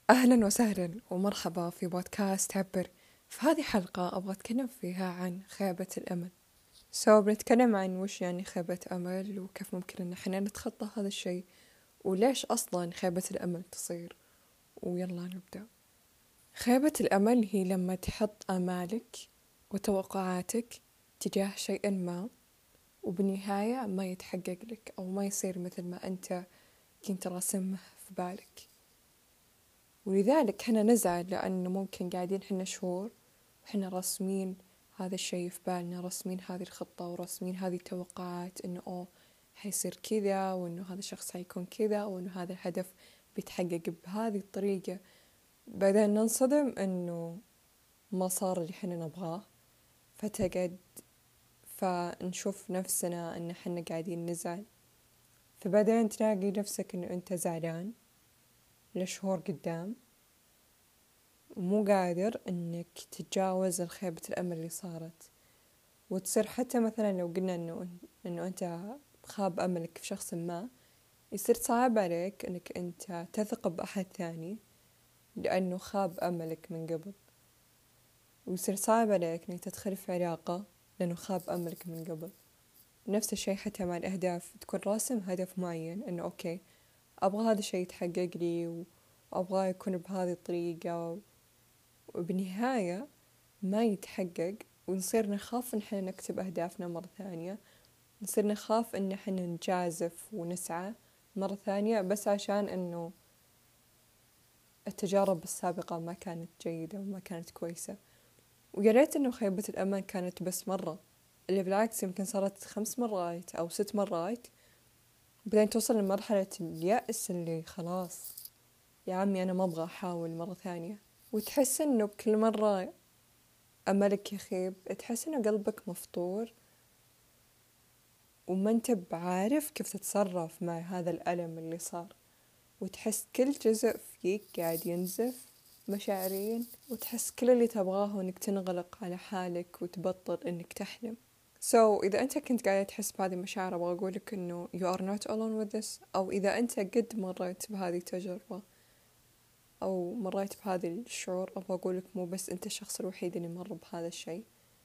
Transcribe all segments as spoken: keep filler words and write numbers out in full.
أهلا وسهلا ومرحبا في بودكاست عبر. في هذه حلقة أبغى أتكلم فيها عن خيبة الأمل. سو بنتكلم عن وش يعني خيبة أمل وكيف ممكن إن احنا نتخطى هذا الشيء وليش أصلا خيبة الأمل تصير. ويلا نبدأ. خيبة الأمل هي لما تحط آمالك وتوقعاتك تجاه شيء ما وبالنهاية ما يتحقق لك أو ما يصير مثل ما أنت كنت راسمه في بالك. ولذلك حنا نزعل لأنه ممكن قاعدين حنا شهور وحنا راسمين هذا الشيء في بالنا، راسمين هذه الخطة وراسمين هذه التوقعات إنه أوه حيصير كذا، وإنه هذا الشخص حيكون كذا، وإنه هذا الهدف بيتحقق بهذه الطريقة. بعدين ننصدم إنه ما صار اللي حنا نبغاه، فتقعد فنشوف نفسنا إن حنا قاعدين نزعل. فبعدين تلاقي نفسك إنه أنت زعلان لشهور قدام ومو قادر انك تتجاوز الخيبة الامل اللي صارت. وتصير حتى مثلا لو قلنا انه انه انت خاب املك في شخص ما، يصير صعب عليك انك انت تثق باحد ثاني لانه خاب املك من قبل، ويصير صعب عليك انك تدخل في علاقة لانه خاب املك من قبل. نفس الشيء حتى مع الاهداف، تكون راسم هدف معين انه اوكي ابغى هذا الشيء يتحقق لي وابغاه يكون بهذه الطريقة، وبالنهاية ما يتحقق، ونصير نخاف إن إحنا نكتب أهدافنا مرة ثانية، نصير نخاف إن إحنا نجازف ونسعى مرة ثانية بس عشان إنه التجارب السابقة ما كانت جيدة وما كانت كويسة. ويا ريت إنه خيبة الأمل كانت بس مرة، اللي بالعكس يمكن صارت خمس مرات أو ست مرات، بعدين توصل لمرحلة اليأس اللي خلاص يا عمي أنا ما أبغى أحاول مرة ثانية. وتحس إنه بكل مرة أملك يخيب تحس إنه قلبك مفطور وما أنت بعارف كيف تتصرف مع هذا الألم اللي صار، وتحس كل جزء فيك قاعد ينزف مشاعريا، وتحس كل اللي تبغاه إنك تنغلق على حالك وتبطل إنك تحلم. So إذا أنت كنت قاعد تحس بهذه المشاعر أبغى أقولك إنه you are not alone with this، أو إذا أنت قد مريت بهذه التجربة أو مريت بهذه الشعور أبغى أقولك مو بس أنت الشخص الوحيد اللي مر بهذا الشيء.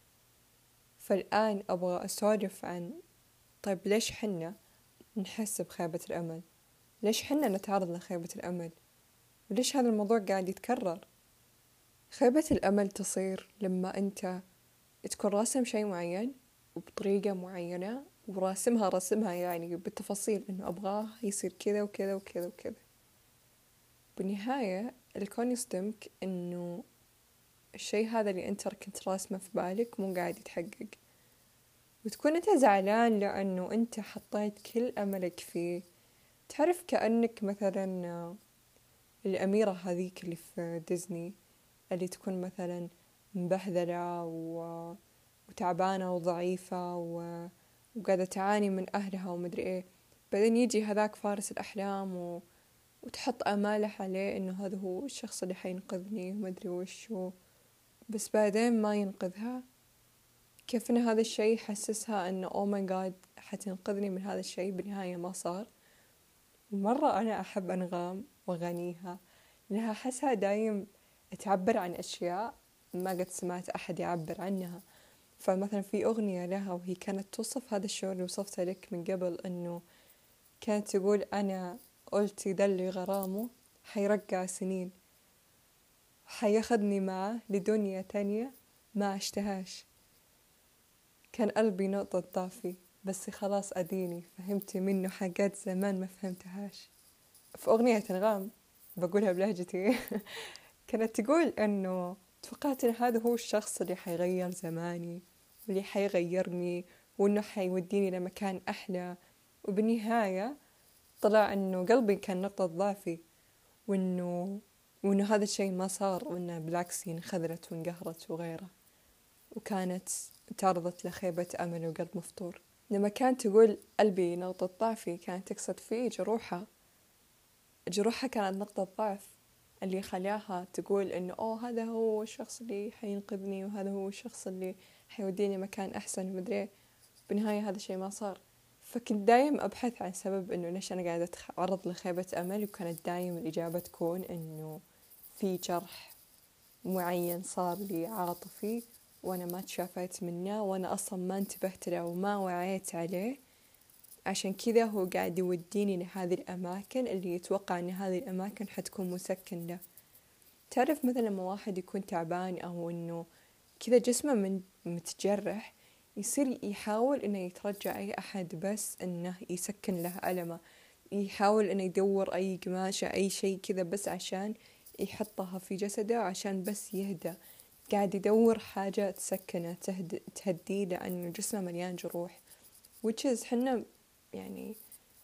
فالآن أبغى أسولف عن طيب ليش حنا نحس بخيبة الأمل؟ ليش حنا نتعرض لخيبة الأمل؟ وليش هذا الموضوع قاعد يتكرر؟ خيبة الأمل تصير لما أنت تكون راسم شيء معين وبطريقة معينة وراسمها رسمها يعني بالتفاصيل إنه أبغاه يصير كذا وكذا وكذا وكذا. بالنهاية الكون يصدمك إنه الشيء هذا اللي أنت كنت راسمه في بالك مو قاعد يتحقق، وتكون أنت زعلان لأنه أنت حطيت كل أملك فيه. تعرف كأنك مثلا الأميرة هذيك اللي في ديزني اللي تكون مثلا مبهذلة و... وتعبانة وضعيفة و... وقاعدة تعاني من أهلها ومدري إيه، بعدين يجي هذاك فارس الأحلام و... وتحط آمالها عليه إنه هذا هو الشخص اللي حينقذني ومدري وشو، بس بعدين ما ينقذها. كيف إن هذا الشيء يحسسها إنه أوه ماي جاد حتنقذني من هذا الشيء، بالنهاية ما صار. مرة أنا أحب أنغام وأغانيها لأنها أحسها دايم تعبر عن أشياء ما قد سمعت أحد يعبر عنها. فمثلا في أغنية لها وهي كانت توصف هذا الشعور اللي وصفته لك من قبل، إنه كانت تقول أنا قلت ذا اللي غرامه حيرجع سنين، حياخدني معه لدنيا تانية ما عشتهاش، كان قلبي نقطة ضعفي بس خلاص أديني فهمت منه حاجات زمان ما فهمتهاش. في أغنية أنغام بقولها بلهجتي كانت تقول أنه توقعت أن هذا هو الشخص اللي حيغير زماني واللي حيغيرني وأنه حيوديني لمكان أحلى، وبالنهاية طلع أنه قلبي كان نقطة ضعفي، وأنه, وأنه هذا الشيء ما صار، وأنه بالعكس انخذلت وانقهرت وغيره، وكانت تعرضت لخيبة أمل وقلب مفتور. لما كانت تقول قلبي نقطة ضعفي كانت تقصد فيه جروحها. جروحها كانت نقطة ضعف اللي خلاها تقول إنه أوه هذا هو الشخص اللي حينقذني وهذا هو الشخص اللي حيوديني مكان أحسن ومدري. بالنهاية هذا الشيء ما صار. فكنت دايم أبحث عن سبب إنه ليش أنا قاعدة أتعرض لخيبة أمل، وكانت دايم الإجابة تكون إنه في جرح معين صار لي عاطفي وأنا ما تشافيت منه وأنا أصلا ما انتبهت له وما وعيت عليه، عشان كذا هو قاعد يوديني لهذه الأماكن اللي يتوقع أن هذه الأماكن حتكون مسكن له. تعرف مثلا لما واحد يكون تعبان أو أنه كذا جسمه من متجرح، يصير يحاول أنه يترجع أي أحد بس أنه يسكن له ألمه، يحاول أنه يدور أي قماشة أي شيء كذا بس عشان يحطها في جسده عشان بس يهدى. قاعد يدور حاجة تسكنه تهد... تهديه لأنه جسمه مليان جروح. which is حنا يعني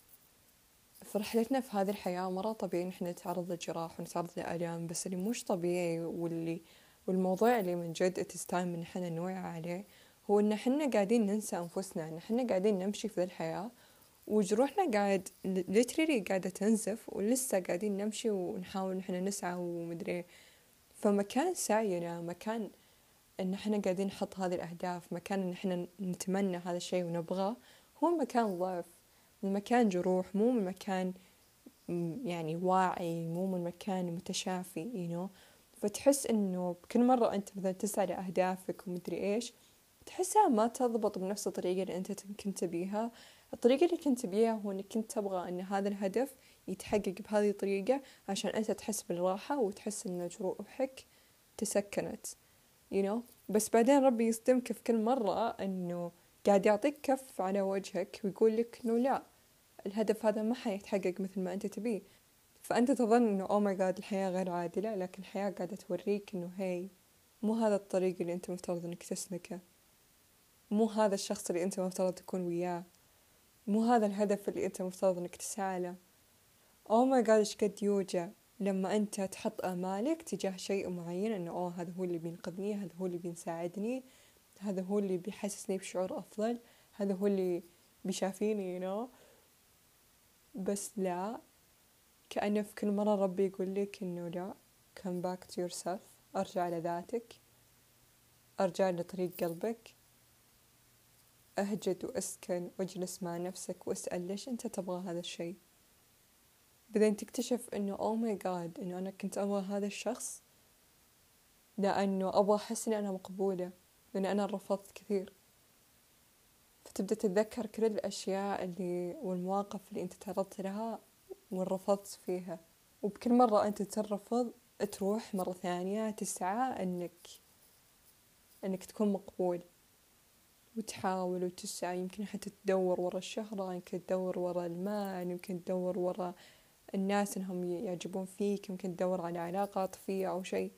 في رحلتنا في هذه الحياة مرة طبيعي نحن نتعرض للجراح ونتعرض لألام، بس اللي مش طبيعي واللي والموضوع اللي من جد it's time إن حنا نوعي عليه هو إن حنا قاعدين ننسى أنفسنا، إن حنا قاعدين نمشي في ذي الحياة وجروحنا قاعد literally قاعدة تنزف ولسه قاعدين نمشي ونحاول نحنا نسعى ومدري. فمكان سعينا، مكان إن إحنا قاعدين نحط هذه الأهداف، مكان إن إحنا نتمنى هذا الشيء ونبغاه، هو مكان ضعف، من مكان جروح، مو من مكان يعني واعي، مو من مكان متشافي you know. فتحس إنه كل مرة أنت مثلا تسعى لأهدافك ومدري إيش، تحسها ما تضبط بنفس الطريقة اللي أنت كنت بيها. الطريقة اللي كنت بيها هو إنك كنت تبغى إن هذا الهدف يتحقق بهذه الطريقة عشان أنت تحس بالراحة وتحس إن جروحك تسكنت you know. بس بعدين ربي يصدمك في كل مرة إنه قاعد يعطيك كف على وجهك ويقول لك إنه لا، الهدف هذا ما حيتحقق مثل ما أنت تبيه. فأنت تظن إنه أوه ماي جاد الحياة غير عادلة، لكن الحياة قاعدة توريك إنه هاي مو هذا الطريق اللي أنت مفترض إنك تسلكه، مو هذا الشخص اللي أنت مفترض تكون وياه، مو هذا الهدف اللي أنت مفترض إنك تسعى له. أوه ماي جاد إيش قد يوجع لما أنت تحط آمالك تجاه شيء معين، إنه أوه هذا هو اللي بينقذني، هذا هو اللي بيساعدني، هذا هو اللي بيحسسني بشعور أفضل، هذا هو اللي بيشافيني you know. بس لا، كأنه في كل مرة ربي يقول لك إنه لا، come back to yourself، أرجع لذاتك، أرجع لطريق قلبك، أهجد وأسكن وأجلس مع نفسك وأسأل ليش أنت تبغى هذا الشيء. بعدين تكتشف إنه oh my god إنه أنا كنت أبغى هذا الشخص لأنه أبغى أحس إني أنا مقبولة، لأن أنا رفضت كثير. فتبدأ تتذكر كل الأشياء اللي والمواقف اللي أنت تعرضت لها ورفضت فيها، وبكل مرة أنت ترفض تروح مرة ثانية تسعى أنك أنك تكون مقبول، وتحاول وتسعى، يمكن حتى تدور ورا الشهرة، يمكن تدور ورا المال، يمكن تدور ورا الناس إنهم يعجبون فيك، يمكن تدور على علاقة عاطفية أو شيء.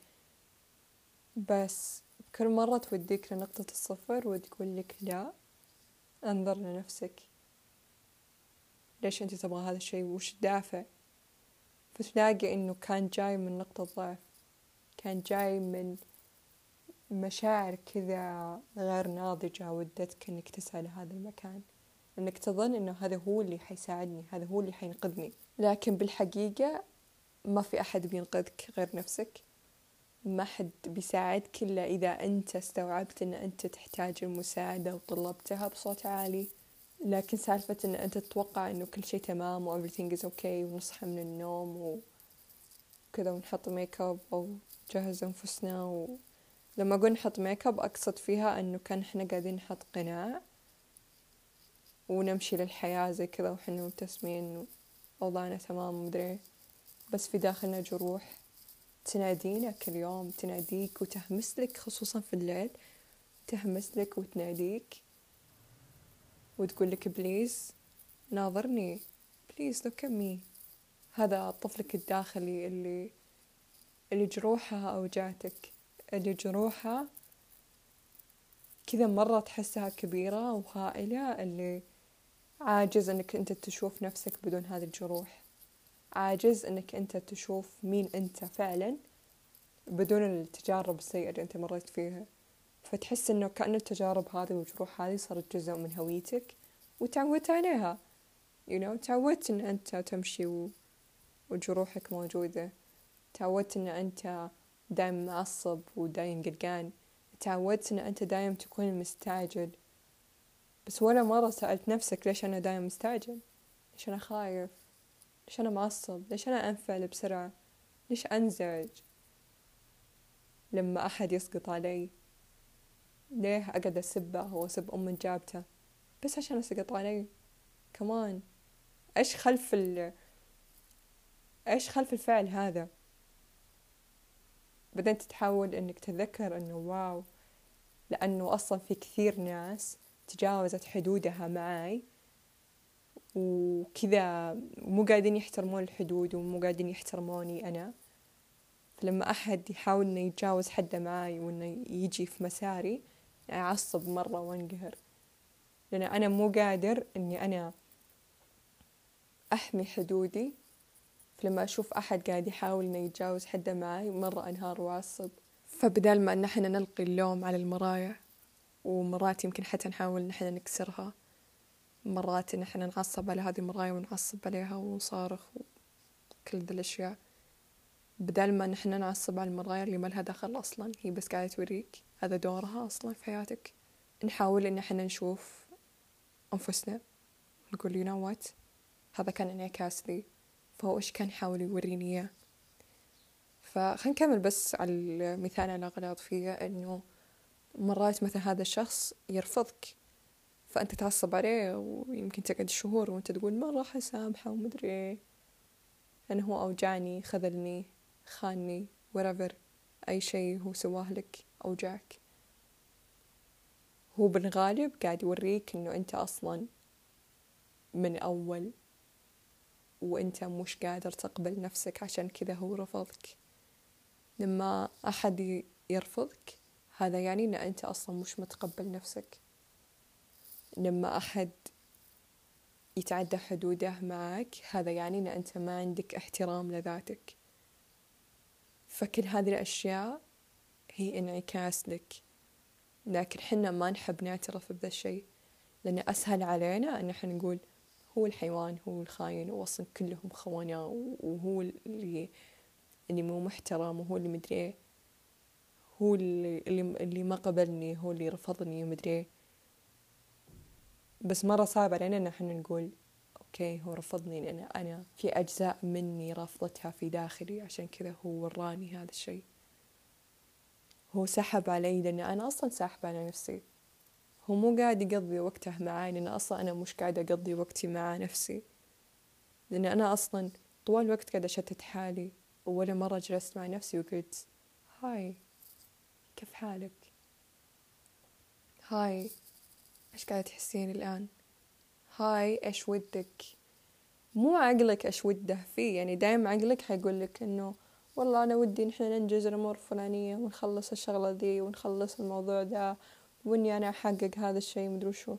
بس كل مرة توديك لنقطة الصفر وتقول لك لا، انظر لنفسك، ليش أنت تبغى هذا الشيء، وش الدافع. فتلاقي إنه كان جاي من نقطة ضعف، كان جاي من مشاعر كذا غير ناضجة ودتك إنك تسعى لهذا المكان، إنك تظن إنه هذا هو اللي حيساعدني، هذا هو اللي حينقذني. لكن بالحقيقة ما في أحد بينقذك غير نفسك، ما حد بيساعدك إلا إذا أنت استوعبت إن أنت تحتاج المساعدة وطلبتها بصوت عالي. لكن سالفة إن أنت تتوقع إنه كل شيء تمام و everything is okay ونصحى من النوم وكذا ونحط ميك اب أو نجهز أنفسنا و... لما أقول نحط ميك اب أقصد فيها إنه كان إحنا قاعدين نحط قناع ونمشي للحياة زي كذا وإحنا مبتسمين وأوضاعنا تمام ومدري، بس في داخلنا جروح تنادينا كل يوم، تناديك وتهمس لك، خصوصا في الليل تهمس لك وتناديك وتقول لك بليز ناظرني، بليز look at me. هذا طفلك الداخلي اللي اللي جروحها أوجعتك، اللي جروحها كذا مرة تحسها كبيرة وهائلة، اللي عاجز انك انت تشوف نفسك بدون هذه الجروح، عاجز انك انت تشوف مين انت فعلا بدون التجارب السيئة اللي انت مريت فيها. فتحس انه كأن التجارب هذه والجروح هذه صارت جزء من هويتك وتعودت عليها you know. تعودت ان انت تمشي و... وجروحك موجودة، تعودت ان انت دايم معصب ودايم قلقان، تعودت ان انت دايم تكون مستعجل. بس ولا مرة سألت نفسك ليش انا دايم مستعجل، ليش انا خايف، ليش انا معصب، ليش انا انفعل بسرعة، ليش انزعج. لما أحد يسقط علي ليه أقعد أسبه وأسب أم جابته بس عشان أسقط علي؟ كمان إيش خلف ال إيش خلف الفعل هذا؟ بعدين تتحول إنك تتذكر إنه واو، لأنه أصلا في كثير ناس تجاوزت حدودها معي وكذا مو قاعدين يحترمون الحدود ومو قاعدين يحترموني أنا. فلما أحد يحاول إنه يتجاوز حده معي وإنه يجي في مساري أعصب مرة وانقهر، لأن أنا مو قادر إني أنا أحمي حدودي. فلما أشوف أحد قاعد يحاول إنه يتجاوز حده معي مرة أنهار وأعصب. فبدال ما إن إحنا نلقي اللوم على المرايا، ومرات يمكن حتى نحاول إن إحنا نكسرها، مرات إن إحنا نعصب على هذه المرايا ونعصب عليها ونصارخ وكل ذي الأشياء، بدل ما نحن نعصب على المرايا اللي ما لها دخل أصلا، هي بس قاعدة توريك هذا دورها أصلا في حياتك. نحاول إن احنا نشوف أنفسنا نقول you know what، هذا كان انعكاس لي، فهو إيش كان يحاول يوريني إياه. فخلينا نكمل بس على المثال على غلاط فيه، إنه مرات مثلا هذا الشخص يرفضك فأنت تعصب عليه ويمكن تقعد شهور وأنت تقول ما راح أسامحه ومدري إيه، لأنه هو أوجعني، خذلني، خانني، whatever، أي شيء هو سواه لك أوجعك. هو بالغالب قاعد يوريك إنه أنت أصلا من أول وأنت مش قادر تقبل نفسك، عشان كذا هو رفضك. لما أحد يرفضك هذا يعني إن أنت أصلا مش متقبل نفسك. لما أحد يتعدى حدوده معك هذا يعني إن أنت ما عندك احترام لذاتك. فكل هذه الأشياء هي انعكاس لك، لكن حنا ما نحب نعترف بذا الشيء، لأن أسهل علينا أن احنا نقول هو الحيوان، هو الخاين، وأصلا كلهم خونة، وهو اللي اللي مو محترم، وهو اللي مدري إيه، هو اللي اللي ما قبلني، هو اللي رفضني ومدري إيه. بس مرة صعب علينا أن احنا نقول أوكي هو رفضني لأن أنا في أجزاء مني رافضتها في داخلي، عشان كذا هو وراني هذا الشيء. هو سحب علي لأن أنا أصلا ساحب على نفسي. هو مو قاعد يقضي وقته معاي لأن أصلا أنا مش قاعدة أقضي وقتي مع نفسي، لأن أنا أصلا طوال الوقت قاعدة أشتت حالي. ولا مرة جلست مع نفسي وقلت هاي كيف حالك، هاي إيش قاعدة تحسين الآن، هاي إيش ودك. مو عقلك إيش وده فيه، يعني دايم عقلك حيقول لك إنه والله أنا ودي نحن ننجز الأمور الفلانية ونخلص الشغلة دي ونخلص الموضوع ده وإني أنا أحقق هذا الشيء مدري شو.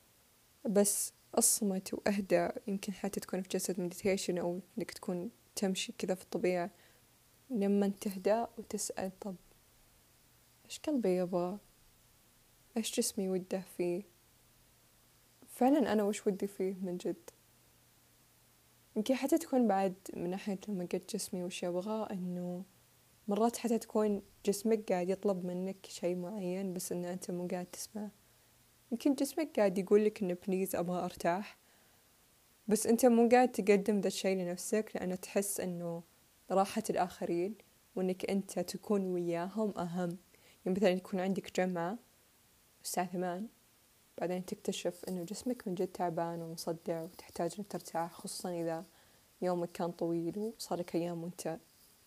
بس أصمت وأهدى، يمكن حتى تكون في جلسة مديتيشن أو إنك تكون تمشي كذا في الطبيعة، لما تهدى وتسأل طب إيش قلبي يبغى، إيش جسمي وده فيه، فعلا أنا وش ودي فيه من جد. يمكن حتى تكون بعد من ناحية لما قلت جسمي وش يبغى، إنه مرات حتى تكون جسمك قاعد يطلب منك شيء معين بس إنه أنت مو قاعد تسمع. يمكن جسمك قاعد يقولك إنه بليز أبغى أرتاح، بس أنت مو قاعد تقدم ذا الشيء لنفسك، لأنه تحس إنه راحة الآخرين وإنك أنت تكون وياهم أهم. يعني مثلا يكون عندك جمعة الساعة ثمان، بعدين تكتشف إنه جسمك من جد تعبان ومصدع وتحتاج إنك ترتاح، خصوصا إذا يومك كان طويل وصارك أيام وأنت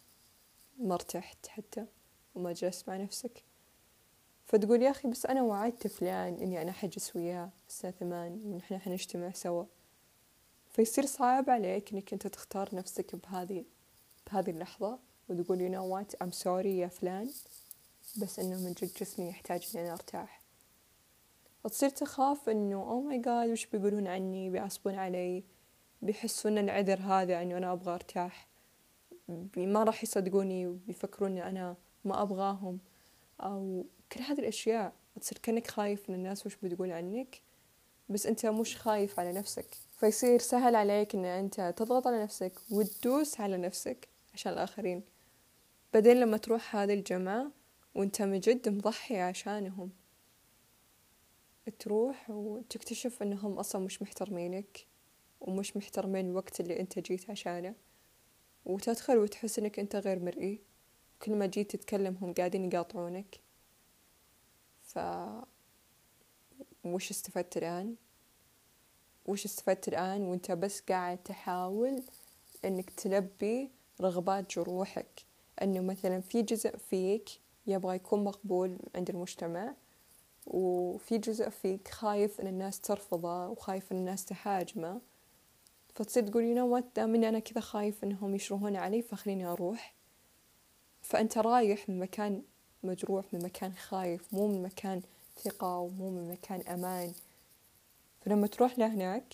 مرتحت حتى وما جلست مع نفسك. فتقول يا أخي بس أنا وعدت فلان إني أنا حجس وياه الساعة ثمان ونحن حنجتمع سوا. فيصير صعب عليك إنك أنت تختار نفسك بهذه بهذه اللحظة وتقول you know what I'm sorry يا فلان، بس إنه من جد جسمي يحتاج إني أنا أرتاح. فتصير تخاف إنه oh my god وش بيقولون عني، بيعصبون علي، بيحسون العذر هذا إنه أنا أبغى أرتاح، ما راح يصدقوني وبيفكرون إن أنا ما أبغاهم، أو كل هذه الأشياء. تصير كأنك خايف من الناس وش بتقول عنك، بس أنت مش خايف على نفسك. فيصير سهل عليك إن أنت تضغط على نفسك وتدوس على نفسك عشان الآخرين، بعدين لما تروح هذه الجمعة وأنت مجد مضحي عشانهم، تروح وتكتشف أنهم أصلا مش محترمينك ومش محترمين الوقت اللي أنت جيت عشانه، وتدخل وتحس أنك أنت غير مرئي، كل ما جيت تتكلم هم قاعدين يقاطعونك. ف وش استفدت الآن؟ وش استفدت الآن وانت بس قاعد تحاول انك تلبي رغبات جروحك؟ انه مثلا في جزء فيك يبغى يكون مقبول عند المجتمع، وفي جزء فيك خايف ان الناس ترفضه وخايف ان الناس تهاجمه، فتصير تقول يو نو وات، دام اني انا كذا خايف انهم يشروهون علي فخليني اروح. فانت رايح من مكان مجروح، من مكان خايف، مو من مكان ثقة ومو من مكان امان. فلما تروح لهناك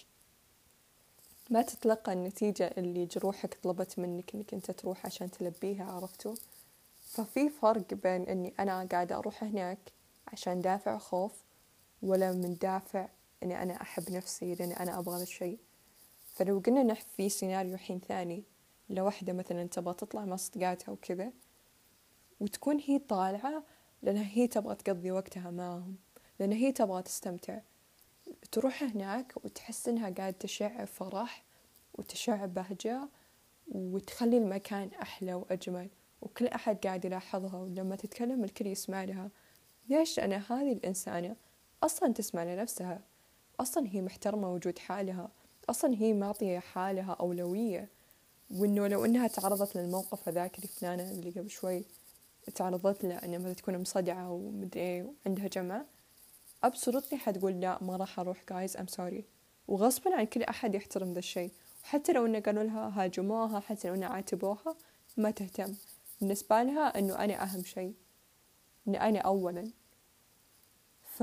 ما تتلقى النتيجة اللي جروحك طلبت منك انك انت تروح عشان تلبيها، عرفتوا؟ ففي فرق بين اني انا قاعدة اروح هناك عشان دافع خوف، ولا من دافع اني انا احب نفسي لاني انا ابغى هذا الشيء. فلو قلنا نح في سيناريو حين ثاني، لو واحدة مثلا تبغى تطلع مع صدقاتها وكذا، وتكون هي طالعة لأنها هي تبغى تقضي وقتها معهم، لأن هي تبغى تستمتع، تروح هناك وتحس إنها قاعد تشع فرح وتشع بهجة وتخلي المكان أحلى وأجمل، وكل أحد قاعد يلاحظها، ولما تتكلم الكل يسمع لها. ليش؟ أنا هذه الإنسانة أصلا تسمع لنفسها، أصلا هي محترمة وجود حالها، أصلا هي معطية حالها أولوية. وإنه لو إنها تعرضت للموقف هذاك اللي فلانة اللي قبل شوي تعرضت له، إنه مثلا تكون مصدعة ومدري إيه وعندها جمعة، absolutely حتقول لا ما راح أروح guys I'm sorry. وغصبا عن كل أحد يحترم ذا الشيء، وحتى لو إنه قالوا لها هاجموها، حتى لو إنه عاتبوها، ما تهتم. بالنسبة لها إنه أنا أهم شيء، إنه أنا أولا. ف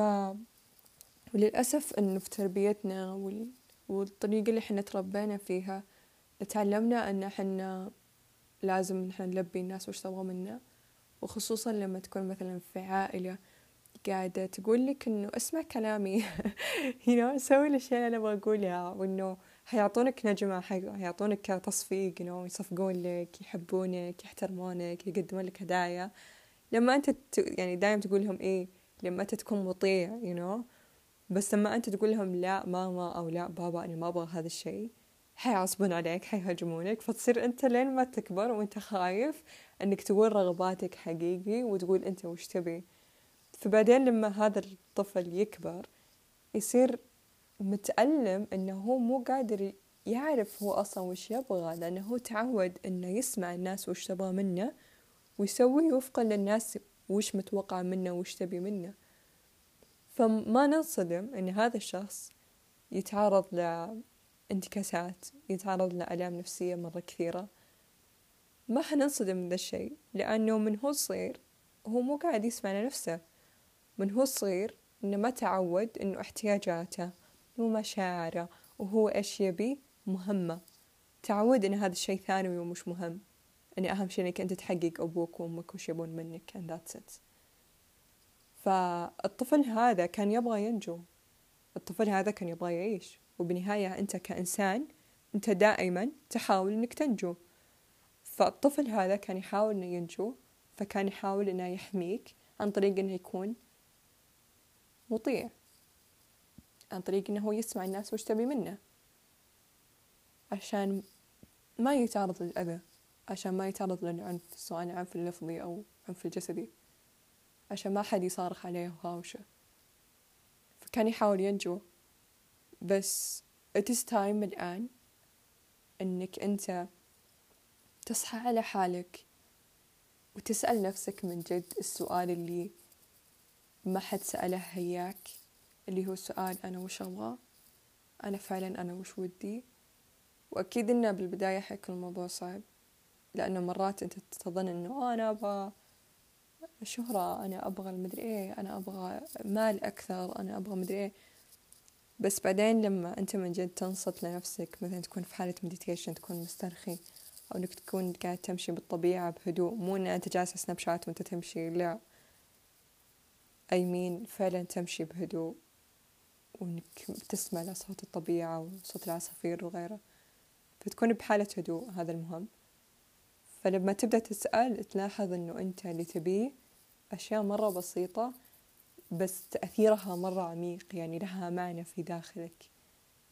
وللأسف إنه في تربيتنا وال... والطريقة اللي إحنا تربينا فيها تعلمنا إن إحنا لازم إحنا نلبي الناس وش تبغى منا، وخصوصا لما تكون مثلا في عائلة قاعدة تقول لك إنه اسمع كلامي you know سوي الأشياء اللي أنا أبغى أقولها، وإنه حيعطونك نجمة، حيعطونك تصفيق، you know يصفقون لك، يحبونك، يحترمونك، يقدمون لك هدايا. لما أنت ت... يعني دايم تقول لهم إيه لما أنت تكون مطيع you know بس لما أنت تقول لهم لا ماما أو لا بابا أنا ما أبغى هذا الشيء، حيعصبون عليك، حيهاجمونك. فتصير أنت لين ما تكبر وأنت خايف أنك تقول رغباتك حقيقي وتقول أنت وش تبي. فبعدين لما هذا الطفل يكبر يصير متألم أنه هو مو قادر يعرف هو أصلا وش يبغى، لأنه هو تعود أنه يسمع الناس وش تبغى منه ويسوي وفقا للناس وش متوقع منه وش تبي منه. فما ننصدم أن هذا الشخص يتعرض لانتكاسات، يتعرض لآلام نفسية مرة كثيرة. ما حننصدم من ذا الشيء، لأنه من هو صغير هو مو قاعد يسمع لنفسه. من هو صغير إنه ما تعود إنه احتياجاته ومشاعره وهو إيش يبي مهمة، تعود إن هذا الشيء ثانوي ومش مهم، إن أهم شيء إنك أنت تحقق أبوك وأمك وش يبون منك and that's it. فالطفل هذا كان يبغى ينجو، الطفل هذا كان يبغى يعيش، وبنهاية أنت كإنسان أنت دائما تحاول إنك تنجو. فالطفل هذا كان يحاول إنه ينجو، فكان يحاول إنه يحميك عن طريق إنه يكون مطيع، عن طريق إنه هو يسمع الناس وش تبي منه، عشان ما يتعرض للأذى، عشان ما يتعرض للعنف، سواء عنف اللفظي أو عنف الجسدي، عشان ما حد يصارخ عليه وهاوشه. فكان يحاول ينجو. بس it is time الآن إنك أنت تصحى على حالك وتسأل نفسك من جد السؤال اللي ما حد سأله هياك، اللي هو السؤال أنا وش أبغى، أنا فعلا أنا وش ودي. وأكيد إنه بالبداية حيكون الموضوع صعب، لأنه مرات أنت تظن إنه أنا أبغى شهرة، أنا أبغى المدري إيه، أنا أبغى مال أكثر، أنا أبغى مدري إيه. بس بعدين لما أنت من جد تنصت لنفسك، مثلا تكون في حالة مديتيشن، تكون مسترخي، أو إنك تكون قاعد تمشي بالطبيعة بهدوء، مو إن أنت جالس سناب شات وأنت تمشي، لا I mean فعلا تمشي بهدوء، وإنك تسمع لصوت الطبيعة وصوت العصافير وغيره، فتكون بحالة هدوء. هذا المهم. فلما تبدأ تسأل تلاحظ إنه أنت اللي تبيه أشياء مرة بسيطة بس تأثيرها مرة عميق، يعني لها معنى في داخلك.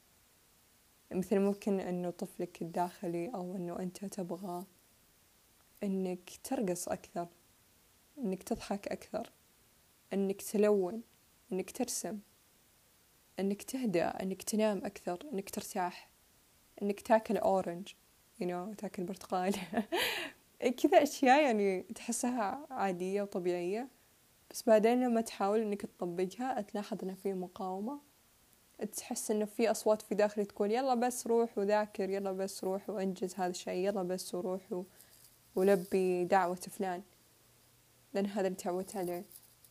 مثل ممكن إنه طفلك الداخلي، أو إنه أنت تبغى إنك ترقص أكثر، إنك تضحك أكثر، إنك تلون، إنك ترسم، إنك تهدأ، إنك تنام أكثر، إنك ترتاح، إنك تاكل أورنج you know تاكل برتقال كذا أشياء يعني تحسها عادية وطبيعية، بس بعدين لما تحاول إنك تطبقها تلاحظ إن في مقاومة، تحس إنه في أصوات في داخلي تقول يلا بس روح وذاكر، يلا بس روح وأنجز هذا الشيء، يلا بس وروح و... ولبي دعوة فلان، لأن هذا اللي تعودت عليه.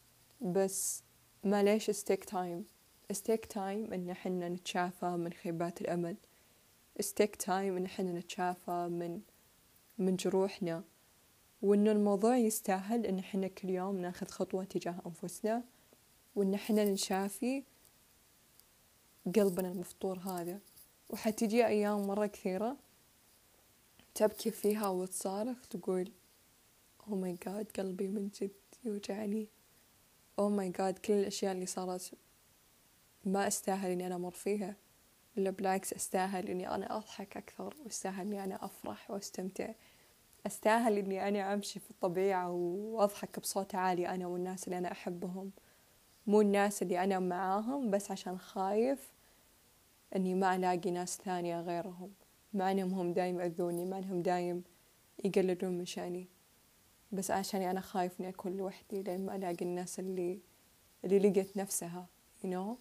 بس ما ليش استيك تايم استيك تايم إن حنا نتشافى من خيبات الأمل، استيك تايم إن حنا نتشافى من من جروحنا، وإنه الموضوع يستاهل إن حنا كل يوم ناخذ خطوة تجاه أنفسنا، وإن حنا نشافي قلبنا المفطور هذا. وحتجي أيام مرة كثيرة تبكي فيها وتصارخ تقول oh my god قلبي من جد يوجعني، oh my god كل الأشياء اللي صارت ما أستاهل إني أنا أمر فيها، إلا بالعكس أستاهل إني أنا أضحك أكثر، وأستاهل إني أنا أفرح وأستمتع، أستاهل إني أنا أمشي في الطبيعة وأضحك بصوت عالي أنا والناس اللي أنا أحبهم، مو الناس اللي أنا معاهم بس عشان خايف إني ما ألاقي ناس ثانية غيرهم، مع أنهم هم دايم يأذوني، مع أنهم دايم يقللون من شأني، بس عشاني أنا خايف إني أكون لوحدي لين ما ألاقي الناس اللي اللي لقيت نفسها you know.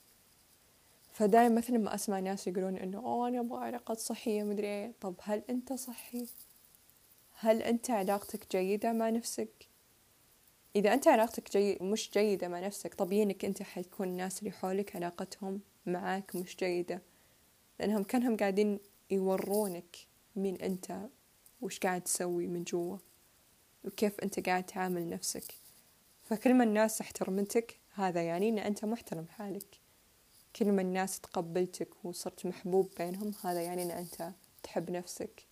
فدايم مثلا ما أسمع ناس يقولون إنه أوه أنا أبغى علاقات صحية مدري إيه، طب هل أنت صحي؟ هل أنت علاقتك جيدة مع نفسك؟ إذا أنت علاقتك جي... مش جيدة مع نفسك، طبيعي إنك أنت حيكون الناس اللي حولك علاقتهم معاك مش جيدة، لأنهم كانهم قاعدين يورونك مين أنت، وش قاعد تسوي من جوا، وكيف أنت قاعد تعامل نفسك. فكل ما الناس احترمتك هذا يعني إن أنت محترم حالك، كل ما الناس تقبلتك وصرت محبوب بينهم هذا يعني إن أنت تحب نفسك.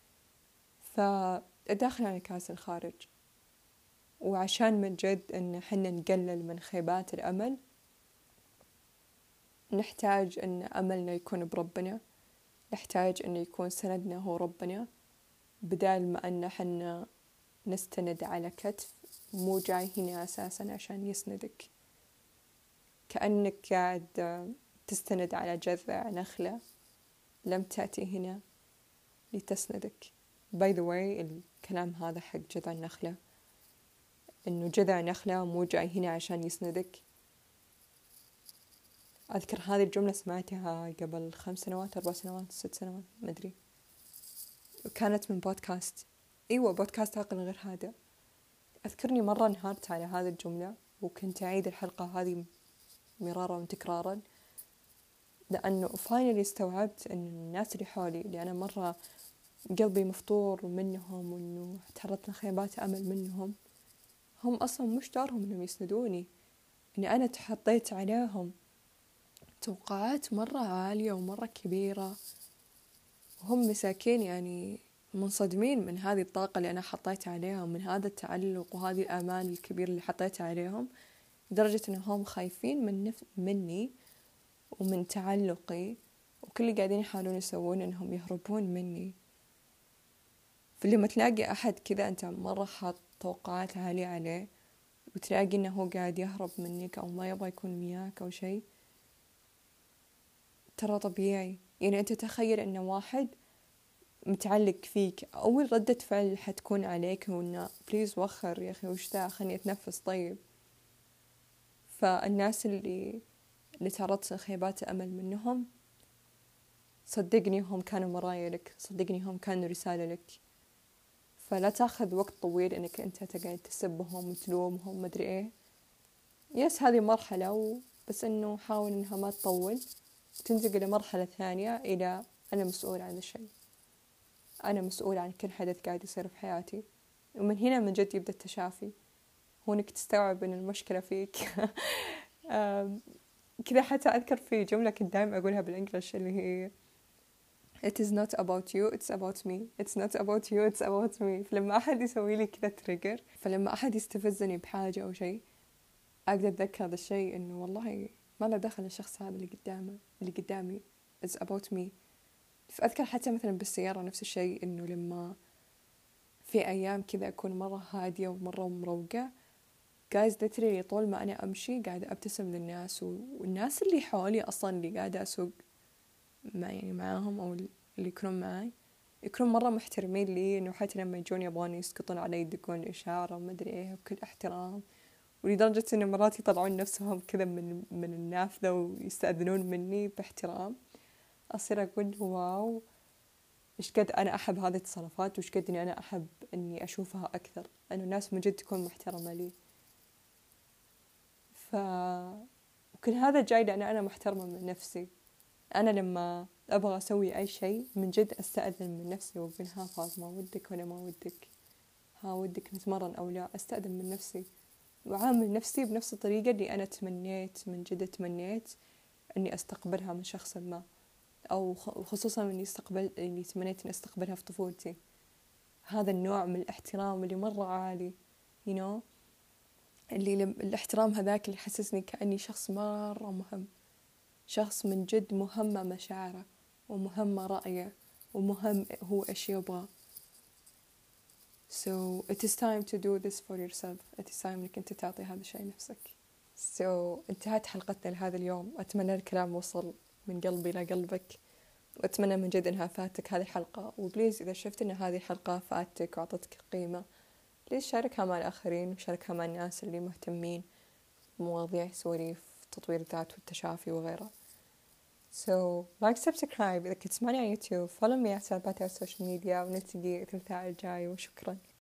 فداخل على كاس الخارج، وعشان من جد إن حنا نقلل من خيبات الأمل نحتاج إن أملنا يكون بربنا، نحتاج إنه يكون سندنا هو ربنا، بدال ما أن حنا نستند على كتف مو جاي هنا أساسا عشان يسندك، كأنك قاعد تستند على جذع نخلة لم تأتي هنا لتسندك. by the way الكلام هذا حق جذع النخلة، إنه جذع نخلة مو جاي هنا عشان يسندك. أذكر هذه الجملة سمعتها قبل خمس سنوات أربع سنوات ست سنوات مدري، وكانت من بودكاست، أيوة بودكاست عقل غير هذا. أذكرني مرة انهارت على هذه الجملة وكنت أعيد الحلقة هذه مرارا وتكرارا، لأنه فاينلي استوعبت أن الناس اللي حولي اللي أنا مرة قلبي مفطور منهم وأنه تعرضت لخيبات أمل منهم، هم أصلا مش دورهم أنهم يسندوني، أني أنا تحطيت عليهم توقعات مرة عالية ومرة كبيرة، وهم مساكين يعني منصدمين من هذه الطاقة اللي أنا حطيت عليهم، من هذا التعلق وهذه الآمال الكبيرة اللي حطيتها عليهم، لدرجة أنهم خايفين من نف... مني ومن تعلقي، وكل اللي قاعدين يحاولون يسوون أنهم يهربون مني. فلما تلاقي أحد كذا أنت مرة حاط توقعات عالية عليه وتلاقي أنه هو قاعد يهرب منك أو ما يبغى يكون وياك أو شيء، ترى طبيعي. يعني أنت تخيل أنه واحد متعلق فيك، أول ردة فعل حتكون عليك هو إنه بليز وخر يا أخي وش ذا خلني أتنفس طيب. فالناس اللي اللي تعرضت لخيبات أمل منهم صدقني هم كانوا مرايا لك، صدقني هم كانوا رسالة لك، فلا تاخذ وقت طويل إنك أنت تقعد تسبهم وتلومهم مدري إيه. يس هذه مرحلة و... بس إنه حاول إنها ما تطول، تنتقل لمرحلة ثانية إلى أنا مسؤول عن الشيء، أنا مسؤول عن كل حدث قاعد يصير في حياتي، ومن هنا من جد يبدأ التشافي، هو إنك تستوعب إن المشكلة فيك. كذا حتى أذكر في جملة كنت دائما أقولها بالإنجليش اللي هي It is not about you, it's about me. It's not about you, it's about me. فلما أحد يسوي لي كذا تريجر، فلما أحد يستفزني بحاجة أو شيء، أقدر أتذكر هذا الشيء إنه والله ما له دخل الشخص هذا اللي قدامه اللي قدامي. It's about me. فأذكر حتى مثلا بالسيارة نفس الشيء، إنه لما في أيام كذا أكون مرة هادية ومرة مروقة guys literally طول ما أنا أمشي قاعدة أبتسم للناس، والناس اللي حولي أصلا اللي قاعدة أسوق مع يعني معاهم أو اللي يكونون معي يكونون مرة محترمين لي، إنه حتى لما يجون يبغون يسقطون علي يدقون إشارة وما أدري إيه بكل احترام، ولدرجة إن مرات يطلعون نفسهم كذا من من النافذة ويستأذنون مني باحترام. أصير أقول واو إيش قد أنا أحب هذه التصرفات، وإيش قد إني أنا أحب إني أشوفها أكثر، إنه الناس من جد تكون محترمة لي. ف وكل هذا جاي لأن أنا محترمة من نفسي. أنا لما أبغى أسوي أي شيء من جد أستأذن من نفسي وأقول ها فاطمة ودك ولا ما ودك، ها ودك نتمرن أو لا، أستأذن من نفسي وعامل نفسي بنفس الطريقة اللي أنا تمنيت من جد تمنيت أني أستقبلها من شخص ما، أو خصوصا أني استقبل اللي تمنيت أني أستقبلها في طفولتي. هذا النوع من الاحترام اللي مرة عالي you know اللي الاحترام هذاك اللي يحسسني كأني شخص مرة مهم، شخص من جد مهمة مشاعره ومهمة رأيه ومهم هو إيش يبغى. So it is time to do this for yourself. It is time إنك أنت تعطي هذا الشيء نفسك. So انتهت حلقتنا لهذا اليوم. أتمنى الكلام وصل من قلبي لقلبك، وأتمنى من جد إنها فاتك هذه الحلقة. وبليز إذا شفت إن هذه الحلقة فاتك وعطتك قيمة، بليز شاركها مع الآخرين وشاركها مع الناس اللي مهتمين بمواضيع سواليف تطوير الذات والتشافي وغيرها. So like subscribe إذا كنت تسمعني على يوتيوب. follow me على حساباتي على السوشيال ميديا، ونلتقي الثلاثاء الجاي، وشكرا.